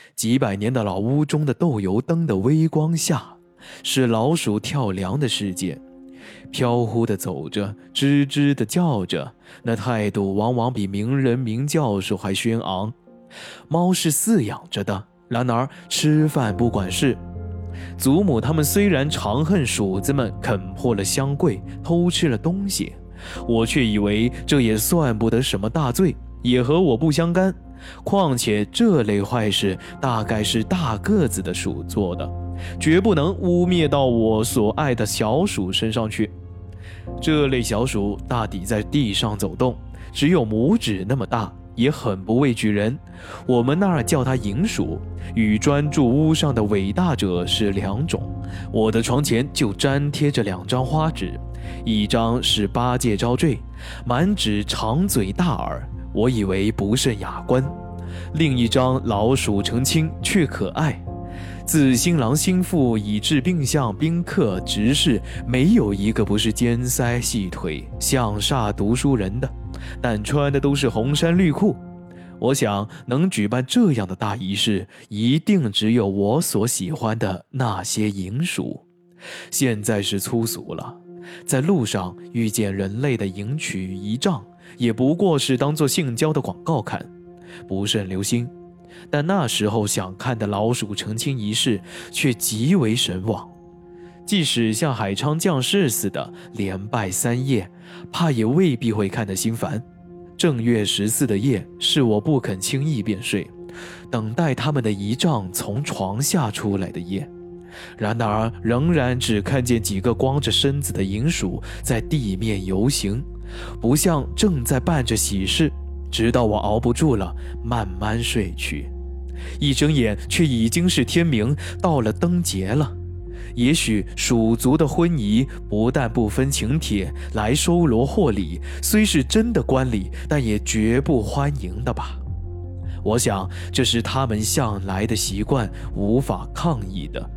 几百年的老屋中的豆油灯的微光下，是老鼠跳梁的世界，飘忽地走着，吱吱地叫着，那态度往往比名人名教授还轩昂。猫是饲养着的，然而吃饭不管事。祖母他们虽然常恨鼠子们啃破了香柜，偷吃了东西，我却以为这也算不得什么大罪，也和我不相干。况且这类坏事大概是大个子的鼠做的，绝不能污蔑到我所爱的小鼠身上去。这类小鼠大抵在地上走动，只有拇指那么大，也很不畏惧人。我们那儿叫它蝇鼠，与专注屋上的伟大者是两种。我的床前就粘贴着2张花纸，一张是八戒招赘，满纸长嘴大耳，我以为不甚雅观；另一张老鼠成亲，却可爱。自新郎新妇以至病相宾客执事，没有一个不是尖腮细腿像煞读书人的，但穿的都是红衫绿裤。我想能举办这样的大仪式，一定只有我所喜欢的那些蝇鼠。现在是粗俗了，在路上遇见人类的迎娶仪仗，也不过是当作性交的广告看，不甚流行。但那时候想看的老鼠成亲仪式却极为神往，即使像海昌将士似的连拜3夜，怕也未必会看得心烦。正月14的夜是我不肯轻易便睡，等待他们的仪仗从床下出来的夜。然而仍然只看见几个光着身子的蝇鼠在地面游行，不像正在办着喜事。直到我熬不住了，慢慢睡去，一睁眼却已经是天明，到了灯节了。也许鼠族的婚仪不但不分请帖来收罗获礼，虽是真的官礼，但也绝不欢迎的吧。我想这是他们向来的习惯，无法抗议的。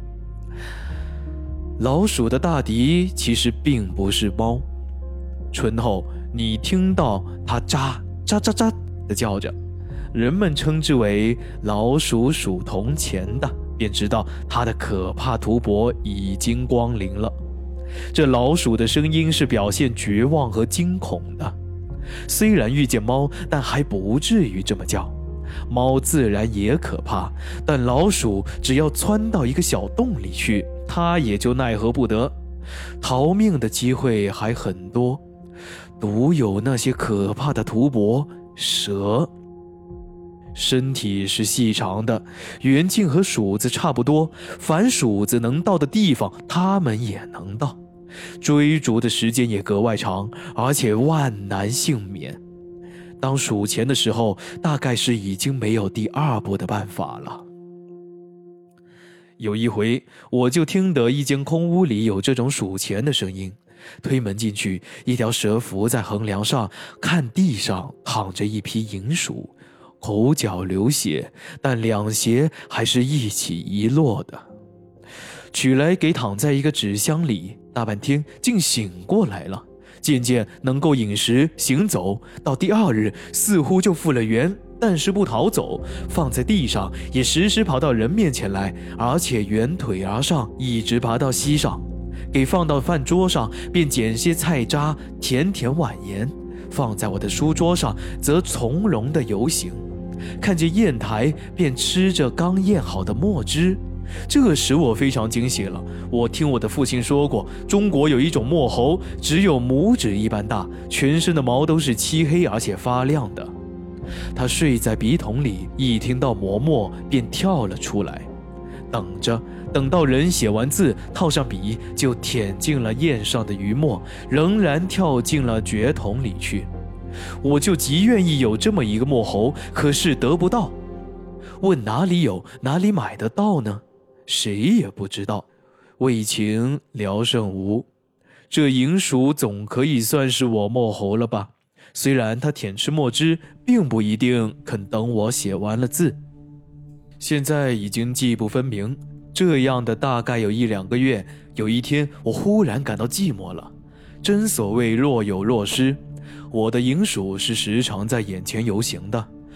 老鼠的大敌其实并不是猫。春后你听到它喳喳喳喳地叫着，人们称之为老鼠属铜钱的，便知道它的可怕图帛已经光临了。这老鼠的声音是表现绝望和惊恐的，虽然遇见猫，但还不至于这么叫。猫自然也可怕，但老鼠只要窜到一个小洞里去，它也就奈何不得，逃命的机会还很多。独有那些可怕的图帛蛇，身体是细长的，圆径和鼠子差不多，凡鼠子能到的地方它们也能到，追逐的时间也格外长，而且万难幸免。当数钱的时候，大概是已经没有第2步的办法了。有一回我就听得一间空屋里有这种数钱的声音，推门进去，一条蛇伏在横梁上，看地上躺着一批蝇鼠，口角流血，但两胁还是一起一落的。取来给躺在一个纸箱里，大半天竟醒过来了，渐渐能够饮食行走，到第2日似乎就复了原，但是不逃走，放在地上也时时跑到人面前来，而且圆腿而上，一直爬到膝上。给放到饭桌上，便捡些菜渣甜甜碗盐，放在我的书桌上则从容地游行。看见砚台便吃着刚验好的墨汁，这时我非常惊喜了。我听我的父亲说过，中国有一种墨猴，只有拇指一般大，全身的毛都是漆黑而且发亮的。他睡在笔筒里，一听到磨墨便跳了出来，等到人写完字，套上笔，就舔进了砚上的余墨，仍然跳进了掘筒里去。我就极愿意有这么一个墨猴，可是得不到。问哪里有，哪里买得到呢？谁也不知道。为情聊胜无，这蝇鼠总可以算是我墨猴了吧？虽然他舔吃墨汁，并不一定肯等我写完了字。现在已经记不分明，这样的大概有1-2个月。有一天我忽然感到寂寞了，真所谓若有若失。我的蝇鼠是时常在眼前游行的，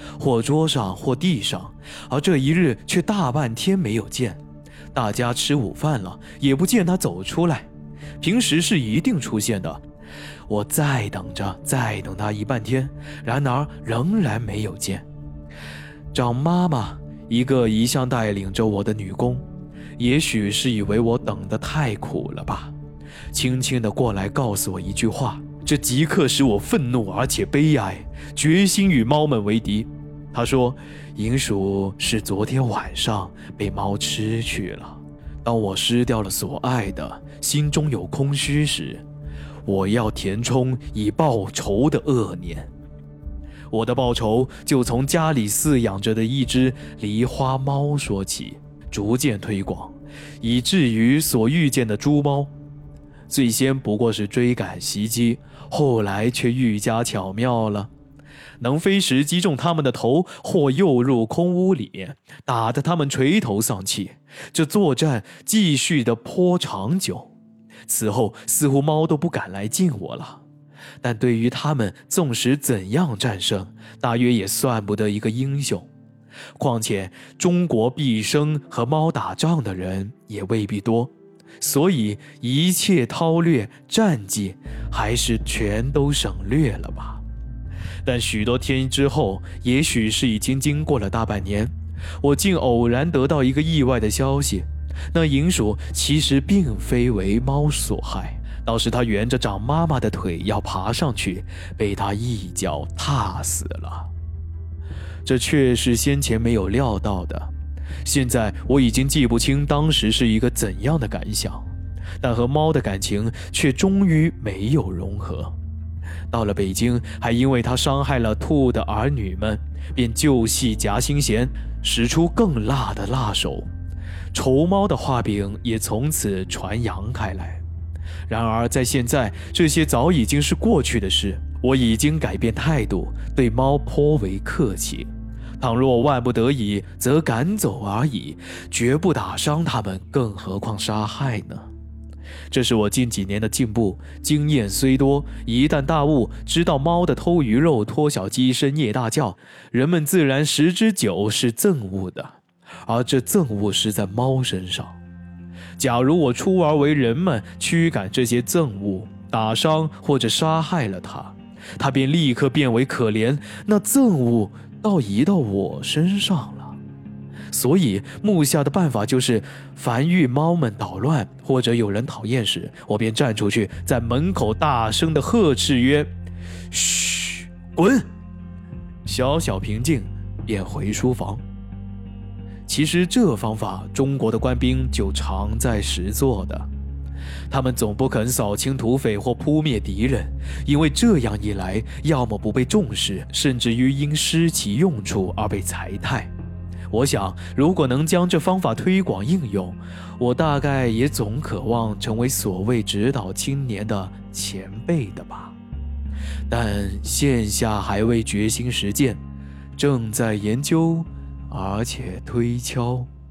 或桌上或地上，而这一日却大半天没有见。大家吃午饭了，也不见他走出来。平时是一定出现的，我再等着，再等他一半天，然而仍然没有见。长妈妈，一个一向带领着我的女工，也许是以为我等得太苦了吧，轻轻地过来告诉我一句话，这即刻使我愤怒而且悲哀，决心与猫们为敌。他说，银鼠是昨天晚上被猫吃去了。当我失掉了所爱的，心中有空虚时，我要填充以报仇的恶念。我的报仇就从家里饲养着的一只狸花猫说起，逐渐推广，以至于所遇见的猪猫。最先不过是追赶袭击，后来却愈加巧妙了，能飞时击中他们的头，或诱入空屋里，打得他们垂头丧气。这作战继续得颇长久，此后似乎猫都不敢来近我了。但对于他们纵使怎样战胜，大约也算不得一个英雄。况且中国毕生和猫打仗的人也未必多，所以一切韬略战绩还是全都省略了吧。但许多天之后，也许是已经经过了大半年，我竟偶然得到一个意外的消息，那银鼠其实并非为猫所害，倒是它沿着长妈妈的腿要爬上去，被它一脚踏死了。这却是先前没有料到的。现在我已经记不清当时是一个怎样的感想，但和猫的感情却终于没有融合。到了北京，还因为他伤害了兔的儿女们，便就戏夹心弦，使出更辣的辣手，仇猫的画饼也从此传扬开来。然而在现在，这些早已经是过去的事，我已经改变态度，对猫颇为客气。倘若万不得已，则赶走而已，绝不打伤它们，更何况杀害呢？这是我近几年的进步，经验虽多，一旦大悟，知道猫的偷鱼肉、拖小鸡深夜大叫，人们自然十之九是憎恶的，而这憎恶是在猫身上。假如我出而为人们驱赶这些憎恶，打伤或者杀害了它，它便立刻变为可怜，那憎恶倒移到我身上了。所以目下的办法就是，凡遇猫们捣乱或者有人讨厌时，我便站出去，在门口大声地呵斥曰：嘘，滚！小小平静，便回书房。其实这方法中国的官兵就常在实做的，他们总不肯扫清土匪或扑灭敌人，因为这样一来，要么不被重视，甚至于因失其用处而被裁汰。我想，如果能将这方法推广应用，我大概也总渴望成为所谓指导青年的前辈的吧。但现下还未决心实践，正在研究，而且推敲。